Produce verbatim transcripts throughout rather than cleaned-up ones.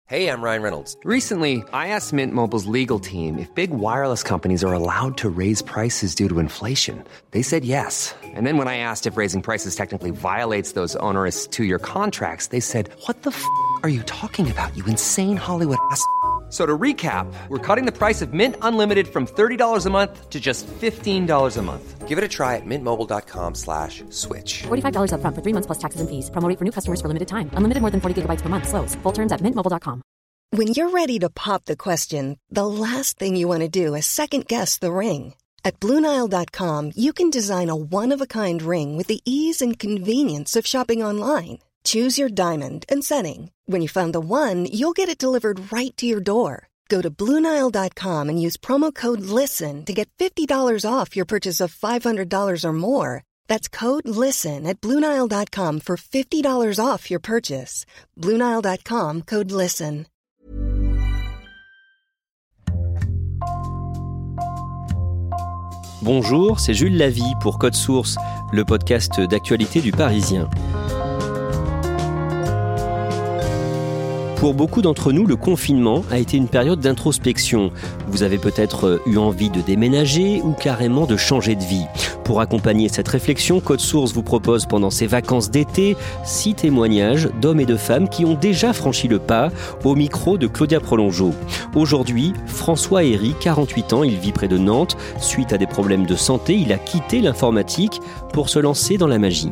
Hey, I'm Ryan Reynolds. Recently, I asked Mint Mobile's legal team if big wireless companies are allowed to raise prices due to inflation. They said yes. And then when I asked if raising prices technically violates those onerous two-year contracts, they said, what the f*** are you talking about, you insane Hollywood ass f- So to recap, we're cutting the price of Mint Unlimited from thirty dollars a month to just fifteen dollars a month. Give it a try at mintmobile.com slash switch. forty-five dollars up front for three months plus taxes and fees. Promo rate for new customers for limited time. Unlimited more than forty gigabytes per month. Slows full terms at mint mobile dot com. When you're ready to pop the question, the last thing you want to do is second-guess the ring. At Blue Nile dot com, you can design a one-of-a-kind ring with the ease and convenience of shopping online. Choose your diamond and setting. When you find the one, you'll get it delivered right to your door. Go to Blue Nile dot com and use promo code LISTEN to get fifty dollars off your purchase of five hundred dollars or more. That's code LISTEN at Blue Nile dot com for fifty dollars off your purchase. Blue Nile dot com, code LISTEN. Bonjour, c'est Jules Lavie pour Code Source, le podcast d'actualité du Parisien. Pour beaucoup d'entre nous, le confinement a été une période d'introspection. Vous avez peut-être eu envie de déménager ou carrément de changer de vie. Pour accompagner cette réflexion, Code Source vous propose pendant ses vacances d'été six témoignages d'hommes et de femmes qui ont déjà franchi le pas au micro de Claudia Prolongeau. Aujourd'hui, François Herry, quarante-huit ans, il vit près de Nantes. Suite à des problèmes de santé, il a quitté l'informatique pour se lancer dans la magie.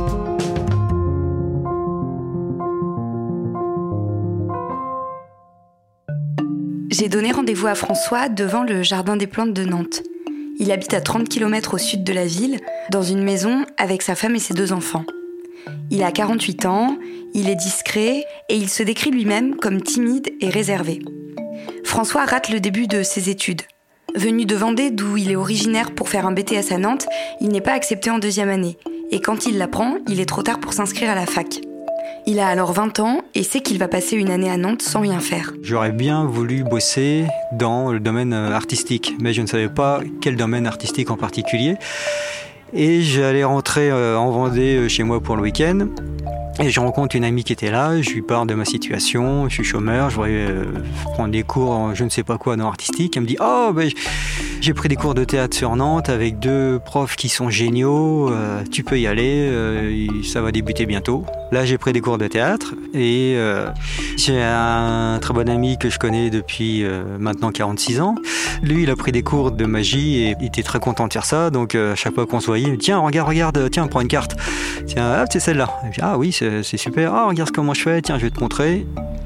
J'ai donné rendez-vous à François devant le Jardin des Plantes de Nantes. Il habite à trente kilomètres au sud de la ville, dans une maison avec sa femme et ses deux enfants. Il a quarante-huit ans, il est discret et il se décrit lui-même comme timide et réservé. François rate le début de ses études. Venu de Vendée, d'où il est originaire pour faire un B T S à Nantes, il n'est pas accepté en deuxième année. Et quand il l'apprend, il est trop tard pour s'inscrire à la fac. Il a alors vingt ans et sait qu'il va passer une année à Nantes sans rien faire. J'aurais bien voulu bosser dans le domaine artistique, mais je ne savais pas quel domaine artistique en particulier. Et j'allais rentrer en Vendée chez moi pour le week-end. Et je rencontre une amie qui était là, je lui parle de ma situation, je suis chômeur, je voudrais euh, prendre des cours en je ne sais pas quoi dans l'artistique. Elle me dit « Oh, ben, j'ai pris des cours de théâtre sur Nantes avec deux profs qui sont géniaux, euh, tu peux y aller, euh, ça va débuter bientôt. » Là, j'ai pris des cours de théâtre et euh, j'ai un très bon ami que je connais depuis euh, maintenant quarante-six ans. Lui, il a pris des cours de magie et il était très content de faire ça. Donc, euh, à chaque fois qu'on se voyait, il me dit « Tiens, regarde, regarde, tiens, prends une carte. Tiens, hop, c'est celle-là. » Et puis, ah oui, c'est C'est super. Ah, regarde comment je fais. Tiens, je vais te montrer.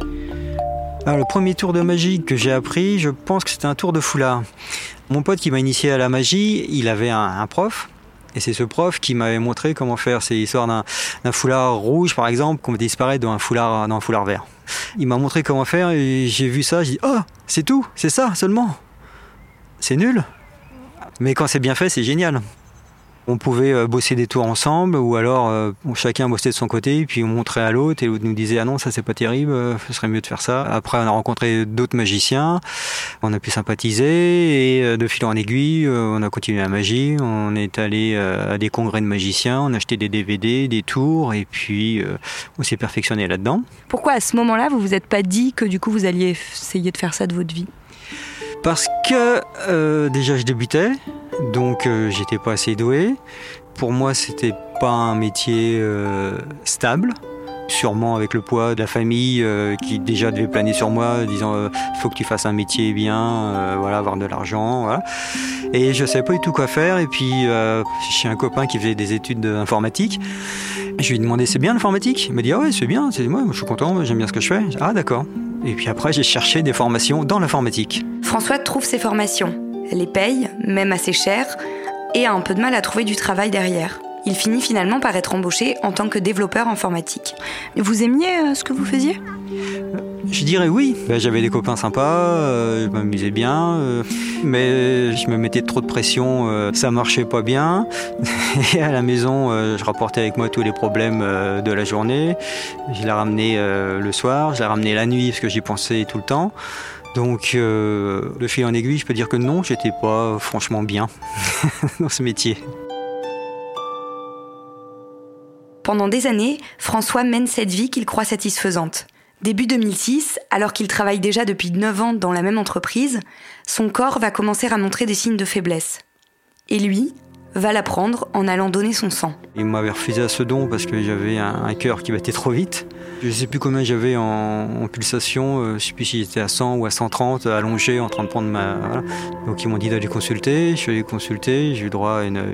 Alors, le premier tour de magie que j'ai appris, je pense que c'était un tour de foulard. Mon pote qui m'a initié à la magie, il avait un, un prof. Et c'est ce prof qui m'avait montré comment faire. C'est l'histoire d'un, d'un foulard rouge, par exemple, qu'on disparaît dans un foulard, dans un foulard vert. Il m'a montré comment faire et j'ai vu ça. J'ai dit, oh, c'est tout, c'est ça seulement. C'est nul. Mais quand c'est bien fait, c'est génial. On pouvait bosser des tours ensemble ou alors euh, chacun bossait de son côté puis on montrait à l'autre et l'autre nous disait ah non ça c'est pas terrible, euh, ce serait mieux de faire ça. Après on a rencontré d'autres magiciens, on a pu sympathiser et euh, de fil en aiguille euh, on a continué la magie, on est allé euh, à des congrès de magiciens, on a acheté des D V D, des tours et puis euh, on s'est perfectionné là-dedans. Pourquoi à ce moment-là vous vous êtes pas dit que du coup vous alliez essayer de faire ça de votre vie ? Parce que euh, déjà je débutais, donc euh, j'étais pas assez doué. Pour moi c'était pas un métier euh, stable, sûrement avec le poids de la famille euh, qui déjà devait planer sur moi, disant il euh, faut que tu fasses un métier bien, euh, voilà, avoir de l'argent, voilà. Et je savais pas du tout quoi faire. Et puis euh, j'ai un copain qui faisait des études d'informatique. Je lui ai demandé c'est bien l'informatique ? Il m'a dit ah ouais c'est bien, c'est moi, je suis content, j'aime bien ce que je fais. Ah d'accord. Et puis après j'ai cherché des formations dans l'informatique. François trouve ses formations, les paye, même assez cher, et a un peu de mal à trouver du travail derrière. Il finit finalement par être embauché en tant que développeur informatique. Vous aimiez euh, ce que vous faisiez ? Je dirais oui. Ben, j'avais des copains sympas, euh, je m'amusais bien, euh, mais je me mettais trop de pression, euh, ça marchait pas bien. Et à la maison, euh, je rapportais avec moi tous les problèmes euh, de la journée. Je les ramenais euh, le soir, je les ramenais la nuit parce que j'y pensais tout le temps. Donc, euh, de fil en aiguille, je peux dire que non, j'étais pas franchement bien dans ce métier. Pendant des années, François mène cette vie qu'il croit satisfaisante. Début deux mille six, alors qu'il travaille déjà depuis neuf ans dans la même entreprise, son corps va commencer à montrer des signes de faiblesse. Et lui va l'apprendre en allant donner son sang. Il m'avait refusé à ce don parce que j'avais un, un cœur qui battait trop vite. Je ne sais plus combien j'avais en, en pulsation, euh, je ne sais plus si j'étais à cent ou à cent trente, allongé en train de prendre ma... Voilà. Donc ils m'ont dit d'aller consulter, je suis allé consulter, j'ai eu droit à une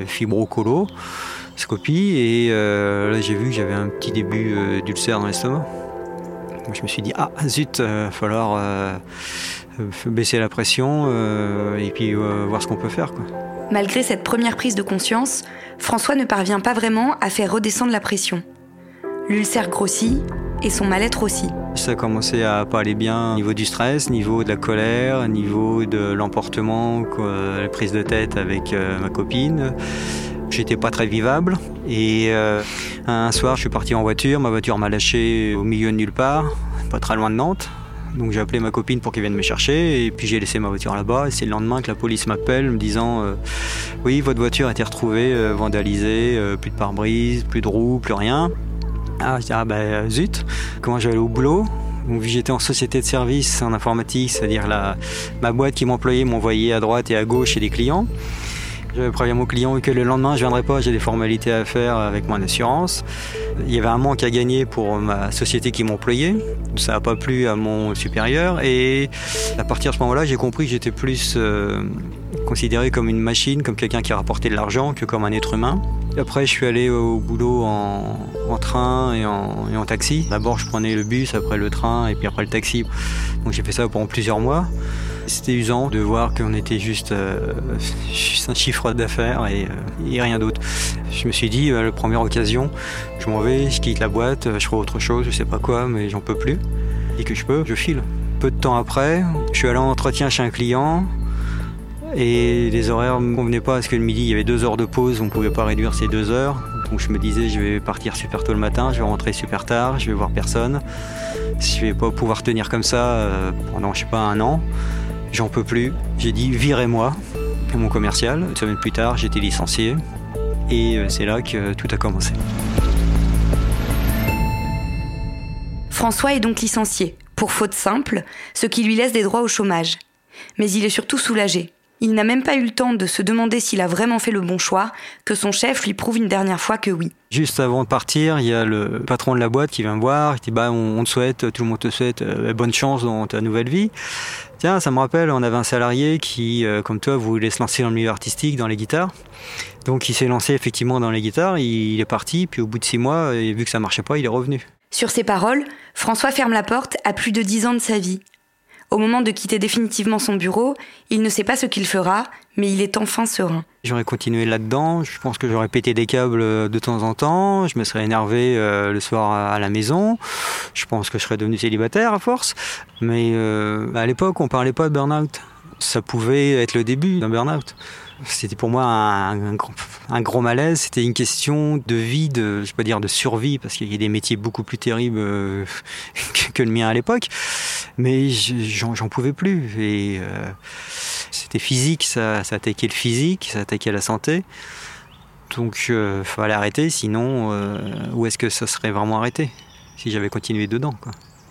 fibrocoloscopie et euh, là j'ai vu que j'avais un petit début euh, d'ulcère dans l'estomac. Donc je me suis dit, ah zut, il euh, va falloir euh, baisser la pression euh, et puis euh, voir ce qu'on peut faire, quoi. Malgré cette première prise de conscience, François ne parvient pas vraiment à faire redescendre la pression. L'ulcère grossit et son mal-être aussi. Ça a commencé à pas aller bien au niveau du stress, au niveau de la colère, au niveau de l'emportement, quoi, la prise de tête avec euh, ma copine. J'étais pas très vivable et euh, un soir je suis parti en voiture, ma voiture m'a lâché au milieu de nulle part, pas très loin de Nantes. Donc j'ai appelé ma copine pour qu'elle vienne me chercher et puis j'ai laissé ma voiture là-bas et c'est le lendemain que la police m'appelle me disant euh, oui, votre voiture a été retrouvée euh, vandalisée, euh, plus de pare-brise, plus de roues, plus rien. Ah, je dis, ah ben zut, comment j'allais au boulot? Donc, vu que j'étais en société de service en informatique, c'est-à-dire la, ma boîte qui m'employait m'envoyait à droite et à gauche chez des clients. J'avais prévenu mon client que le lendemain je ne viendrais pas, j'ai des formalités à faire avec mon assurance. Il y avait un manque à gagner pour ma société qui m'employait. Ça n'a pas plu à mon supérieur et à partir de ce moment-là, j'ai compris que j'étais plus euh, considéré comme une machine, comme quelqu'un qui rapportait de l'argent que comme un être humain. Après, je suis allé au boulot en, en train et en, et en taxi. D'abord, je prenais le bus, après le train et puis après le taxi. Donc j'ai fait ça pendant plusieurs mois. C'était usant de voir qu'on était juste, euh, juste un chiffre d'affaires et, euh, et rien d'autre. Je me suis dit, euh, la première occasion, je m'en vais, je quitte la boîte, je ferai autre chose, je sais pas quoi, mais j'en peux plus. Et que je peux, je file. Peu de temps après, je suis allé en entretien chez un client et les horaires ne me convenaient pas parce que le midi, il y avait deux heures de pause, on ne pouvait pas réduire ces deux heures. Donc je me disais, je vais partir super tôt le matin, je vais rentrer super tard, je vais voir personne. Je vais pas pouvoir tenir comme ça euh, pendant, je sais pas, un an. J'en peux plus. J'ai dit virez-moi à mon commercial. Une semaine plus tard, j'ai été licencié. Et c'est là que tout a commencé. François est donc licencié, pour faute simple, ce qui lui laisse des droits au chômage. Mais il est surtout soulagé. Il n'a même pas eu le temps de se demander s'il a vraiment fait le bon choix, que son chef lui prouve une dernière fois que oui. Juste avant de partir, il y a le patron de la boîte qui vient me voir, il dit bah, on, on te souhaite, tout le monde te souhaite euh, bonne chance dans ta nouvelle vie. Tiens, ça me rappelle, on avait un salarié qui, euh, comme toi, voulait se lancer dans le milieu artistique, dans les guitares. Donc il s'est lancé effectivement dans les guitares, il, il est parti, puis au bout de six mois, et vu que ça marchait pas, il est revenu. Sur ces paroles, François ferme la porte à plus de dix ans de sa vie. Au moment de quitter définitivement son bureau, il ne sait pas ce qu'il fera, mais il est enfin serein. J'aurais continué là-dedans, je pense que j'aurais pété des câbles de temps en temps, je me serais énervé euh, le soir à la maison, je pense que je serais devenu célibataire à force, mais euh, à l'époque on parlait pas de burn-out, ça pouvait être le début d'un burn-out. C'était pour moi un, un, un gros malaise, c'était une question de vie, de, je peux pas dire de survie, parce qu'il y a des métiers beaucoup plus terribles euh, que, que le mien à l'époque, mais j'en, j'en pouvais plus. Et euh, c'était physique, ça, ça attaquait le physique, ça attaquait la santé. Donc il euh, fallait arrêter, sinon euh, où est-ce que ça serait vraiment arrêté si j'avais continué dedans, quoi.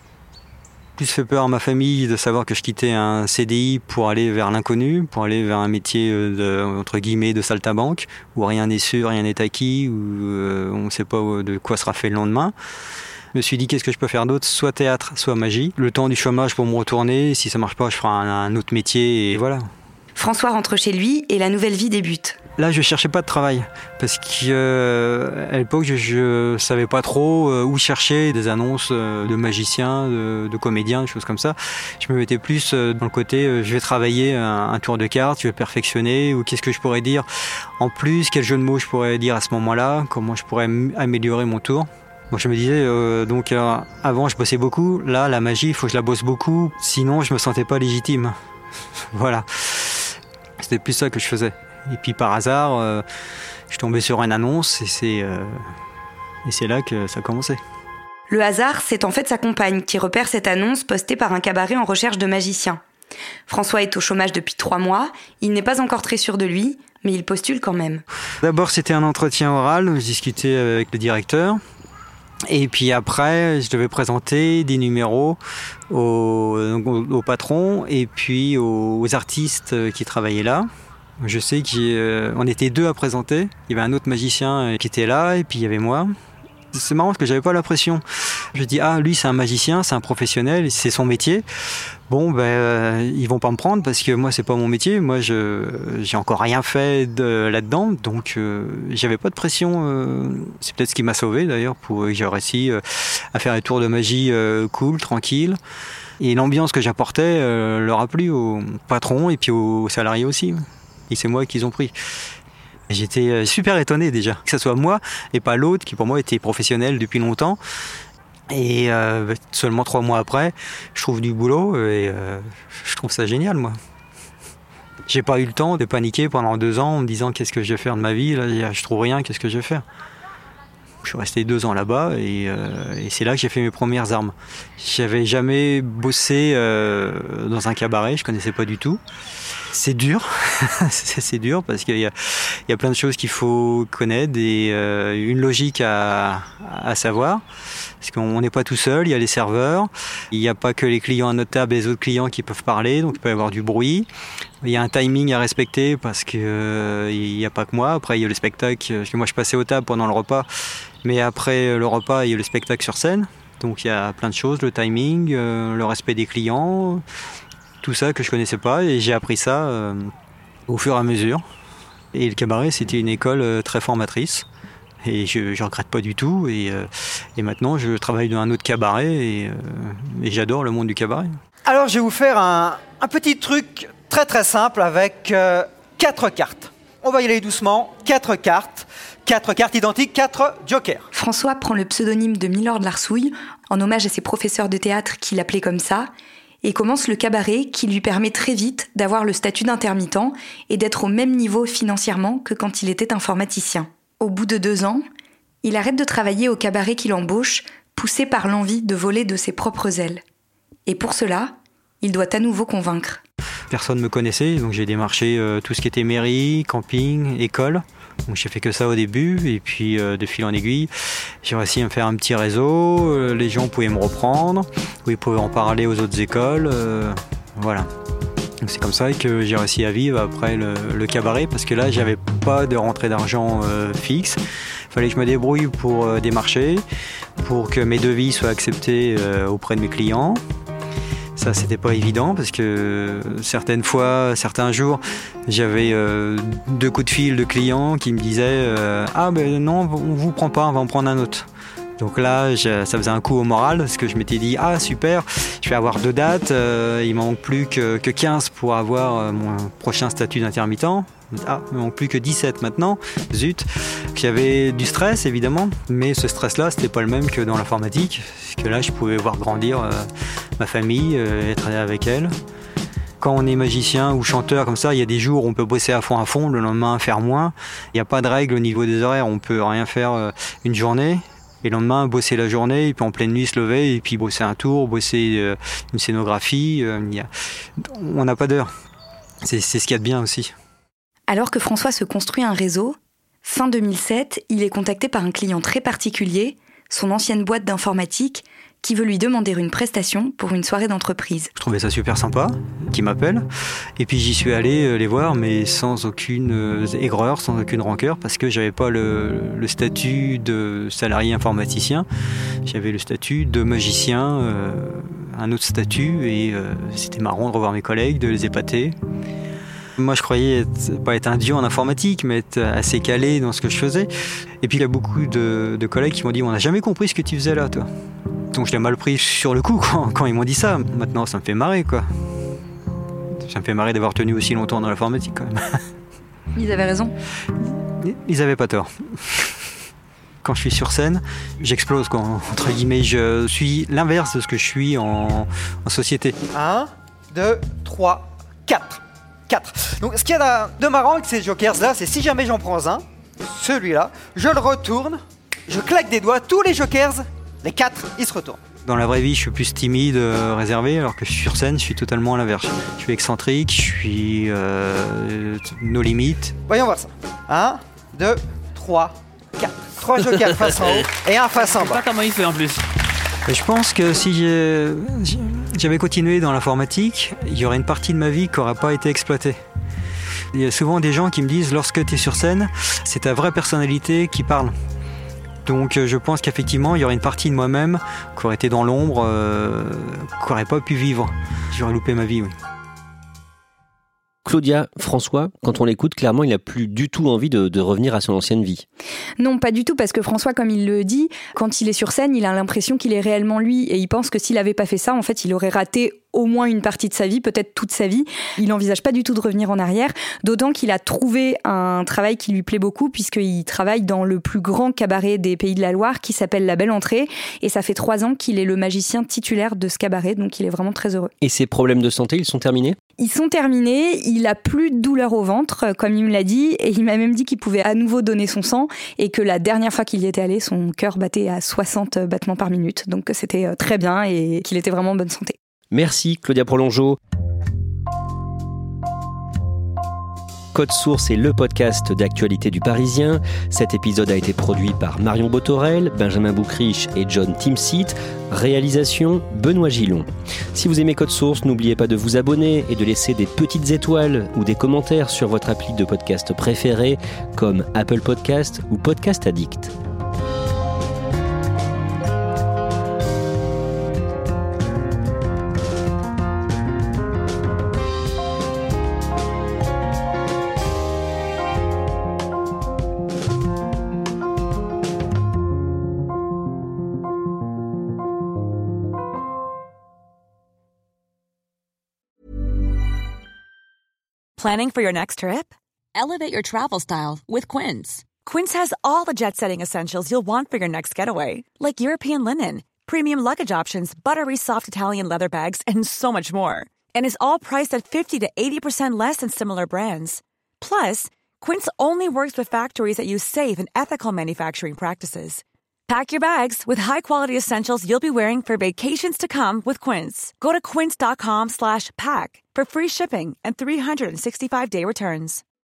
Plus fait peur à ma famille de savoir que je quittais un C D I pour aller vers l'inconnu, pour aller vers un métier de, entre guillemets de saltimbanque, où rien n'est sûr, rien n'est acquis, où euh, on ne sait pas de quoi sera fait le lendemain. Je me suis dit qu'est-ce que je peux faire d'autre, soit théâtre, soit magie. Le temps du chômage pour me retourner, si ça marche pas, je ferai un, un autre métier et voilà. François rentre chez lui et la nouvelle vie débute. Là, je cherchais pas de travail parce qu'à euh, l'époque, je, je savais pas trop euh, où chercher des annonces euh, de magiciens, de, de comédiens, des choses comme ça. Je me mettais plus euh, dans le côté, euh, je vais travailler un, un tour de cartes, je vais perfectionner, ou qu'est-ce que je pourrais dire en plus, quel jeu de mots je pourrais dire à ce moment-là, comment je pourrais m- améliorer mon tour. Bon, je me disais, euh, donc euh, avant, je bossais beaucoup. Là, la magie, il faut que je la bosse beaucoup, sinon, je me sentais pas légitime. Voilà. C'était plus ça que je faisais. Et puis par hasard, euh, je suis tombé sur une annonce et c'est, euh, et c'est là que ça a commencé. Le hasard, c'est en fait sa compagne qui repère cette annonce postée par un cabaret en recherche de magiciens. François est au chômage depuis trois mois, il n'est pas encore très sûr de lui, mais il postule quand même. D'abord, c'était un entretien oral, je discutais avec le directeur. Et puis après, je devais présenter des numéros au, au, au patron et puis aux, aux artistes qui travaillaient là. Je sais qu'on était deux à présenter. Il y avait un autre magicien qui était là et puis il y avait moi. C'est marrant parce que j'avais pas la pression. Je dis ah lui c'est un magicien, c'est un professionnel, c'est son métier. Bon ben euh, ils vont pas me prendre parce que moi c'est pas mon métier. Moi je j'ai encore rien fait de, là-dedans, donc euh, j'avais pas de pression. Euh, c'est peut-être ce qui m'a sauvé d'ailleurs pour que j'ai réussi euh, à faire un tour de magie euh, cool, tranquille. Et l'ambiance que j'apportais euh, leur a plu au patron et puis aux salariés aussi. Et c'est moi qu'ils ont pris. J'étais super étonné déjà, que ce soit moi et pas l'autre qui pour moi était professionnel depuis longtemps. Et euh, seulement trois mois après, je trouve du boulot et euh, je trouve ça génial moi. J'ai pas eu le temps de paniquer pendant deux ans en me disant qu'est-ce que je vais faire de ma vie, là, je trouve rien, qu'est-ce que je vais faire. Je suis resté deux ans là-bas et, euh, et c'est là que j'ai fait mes premières armes. J'avais jamais bossé euh, dans un cabaret, je connaissais pas du tout. C'est dur, c'est dur parce qu'il y a, il y a plein de choses qu'il faut connaître et euh, une logique à, à savoir. Parce qu'on n'est pas tout seul, il y a les serveurs, il n'y a pas que les clients à notre table et les autres clients qui peuvent parler, donc il peut y avoir du bruit. Il y a un timing à respecter parce qu'il euh, n'y a pas que moi. Après, il y a le spectacle, parce que moi je passais aux tables pendant le repas, mais après le repas, il y a le spectacle sur scène. Donc il y a plein de choses, le timing, euh, le respect des clients, tout ça que je connaissais pas et j'ai appris ça euh, au fur et à mesure. Et le cabaret, c'était une école euh, très formatrice et je ne regrette pas du tout. Et, euh, et maintenant, je travaille dans un autre cabaret et, euh, et j'adore le monde du cabaret. Alors, je vais vous faire un, un petit truc très très simple avec euh, quatre cartes. On va y aller doucement. Quatre cartes. Quatre cartes identiques, quatre jokers. François prend le pseudonyme de Milord Larsouille en hommage à ses professeurs de théâtre qui l'appelaient comme ça. Et commence le cabaret qui lui permet très vite d'avoir le statut d'intermittent et d'être au même niveau financièrement que quand il était informaticien. Au bout de deux ans, il arrête de travailler au cabaret qui l'embauche, poussé par l'envie de voler de ses propres ailes. Et pour cela, il doit à nouveau convaincre. Personne ne me connaissait, donc j'ai démarché euh, tout ce qui était mairie, camping, école. Donc j'ai fait que ça au début et puis euh, de fil en aiguille, j'ai réussi à me faire un petit réseau, euh, les gens pouvaient me reprendre, ou ils pouvaient en parler aux autres écoles, euh, voilà. Donc c'est comme ça que j'ai réussi à vivre après le, le cabaret parce que là j'avais pas de rentrée d'argent euh, fixe, il fallait que je me débrouille pour euh, démarcher, pour que mes devis soient acceptés euh, auprès de mes clients. Ça, c'était pas évident parce que certaines fois, certains jours, j'avais euh, deux coups de fil de clients qui me disaient euh, « Ah ben non, on vous prend pas, on va en prendre un autre ». Donc là, je, ça faisait un coup au moral parce que je m'étais dit « Ah super, je vais avoir deux dates, euh, il m'en manque plus que, que quinze pour avoir euh, mon prochain statut d'intermittent ». Ah, il ne manque plus que dix-sept maintenant, zut. J'avais du stress évidemment, mais ce stress-là, c'était pas le même que dans l'informatique, parce que là, je pouvais voir grandir euh, ma famille, euh, être avec elle. Quand on est magicien ou chanteur comme ça, il y a des jours où on peut bosser à fond à fond, le lendemain faire moins. Il n'y a pas de règle au niveau des horaires, on peut rien faire euh, une journée. Et le lendemain, bosser la journée, et puis en pleine nuit se lever, et puis bosser un tour, bosser euh, une scénographie. Euh, y a... On n'a pas d'heure. C'est, c'est ce qu'il y a de bien aussi. Alors que François se construit un réseau, fin deux mille sept, il est contacté par un client très particulier, son ancienne boîte d'informatique, qui veut lui demander une prestation pour une soirée d'entreprise. Je trouvais ça super sympa, qu'ils m'appellent. Et puis j'y suis allé les voir, mais sans aucune aigreur, sans aucune rancœur, parce que j'avais pas le, le statut de salarié informaticien. J'avais le statut de magicien, euh, un autre statut, et euh, c'était marrant de revoir mes collègues, de les épater. Moi, je croyais être, pas être un dieu en informatique, mais être assez calé dans ce que je faisais. Et puis, il y a beaucoup de, de collègues qui m'ont dit « On n'a jamais compris ce que tu faisais là, toi ». Donc, je l'ai mal pris sur le coup quand, quand ils m'ont dit ça. Maintenant, ça me fait marrer, quoi. Ça me fait marrer d'avoir tenu aussi longtemps dans l'informatique, quand même. Ils avaient raison. Ils avaient pas tort. Quand je suis sur scène, j'explose, quoi. Entre guillemets, je suis l'inverse de ce que je suis en, en société. Un, deux, trois, quatre. quatre. Donc ce qu'il y a de marrant avec ces jokers là, c'est si jamais j'en prends un, celui-là, je le retourne, je claque des doigts, tous les jokers, les quatre, ils se retournent. Dans la vraie vie, je suis plus timide, euh, réservé, alors que sur scène, je suis totalement à l'inverse. Je suis excentrique, je suis euh, nos limites. Voyons voir ça. un, deux, trois, quatre. trois jokers face en haut et un face en Je sais bas. pas comment il fait en plus. Et je pense que si j'ai- j'avais continué dans l'informatique, il y aurait une partie de ma vie qui n'aurait pas été exploitée. Il y a souvent des gens qui me disent, lorsque tu es sur scène, c'est ta vraie personnalité qui parle. Donc je pense qu'effectivement, il y aurait une partie de moi-même qui aurait été dans l'ombre, euh, qui n'aurait pas pu vivre. J'aurais loupé ma vie, oui. Claudia, François, quand on l'écoute, clairement, il n'a plus du tout envie de, de revenir à son ancienne vie. Non, pas du tout, parce que François, comme il le dit, quand il est sur scène, il a l'impression qu'il est réellement lui, et il pense que s'il n'avait pas fait ça, en fait, il aurait raté au moins une partie de sa vie, peut-être toute sa vie. Il n'envisage pas du tout de revenir en arrière, d'autant qu'il a trouvé un travail qui lui plaît beaucoup, puisqu'il travaille dans le plus grand cabaret des Pays de la Loire, qui s'appelle La Belle Entrée, et ça fait trois ans qu'il est le magicien titulaire de ce cabaret, donc il est vraiment très heureux. Et ses problèmes de santé, ils sont terminés ? Ils sont terminés, il a plus de douleur au ventre, comme il me l'a dit, et il m'a même dit qu'il pouvait à nouveau donner son sang, et que la dernière fois qu'il y était allé, son cœur battait à soixante battements par minute, donc c'était très bien et qu'il était vraiment en bonne santé. Merci Claudia Prolongeau. Code Source est le podcast d'actualité du Parisien. Cet épisode a été produit par Marion Botorel, Benjamin Boucriche et John Timsit. Réalisation Benoît Gillon. Si vous aimez Code Source, n'oubliez pas de vous abonner et de laisser des petites étoiles ou des commentaires sur votre appli de podcast préféré comme Apple Podcast ou Podcast Addict. Planning for your next trip? Elevate your travel style with Quince. Quince has all the jet-setting essentials you'll want for your next getaway, like European linen, premium luggage options, buttery soft Italian leather bags, and so much more. And is all priced at fifty to eighty percent less than similar brands. Plus, Quince only works with factories that use safe and ethical manufacturing practices. Pack your bags with high-quality essentials you'll be wearing for vacations to come with Quince. Go to quince.com slash pack for free shipping and three sixty-five day returns.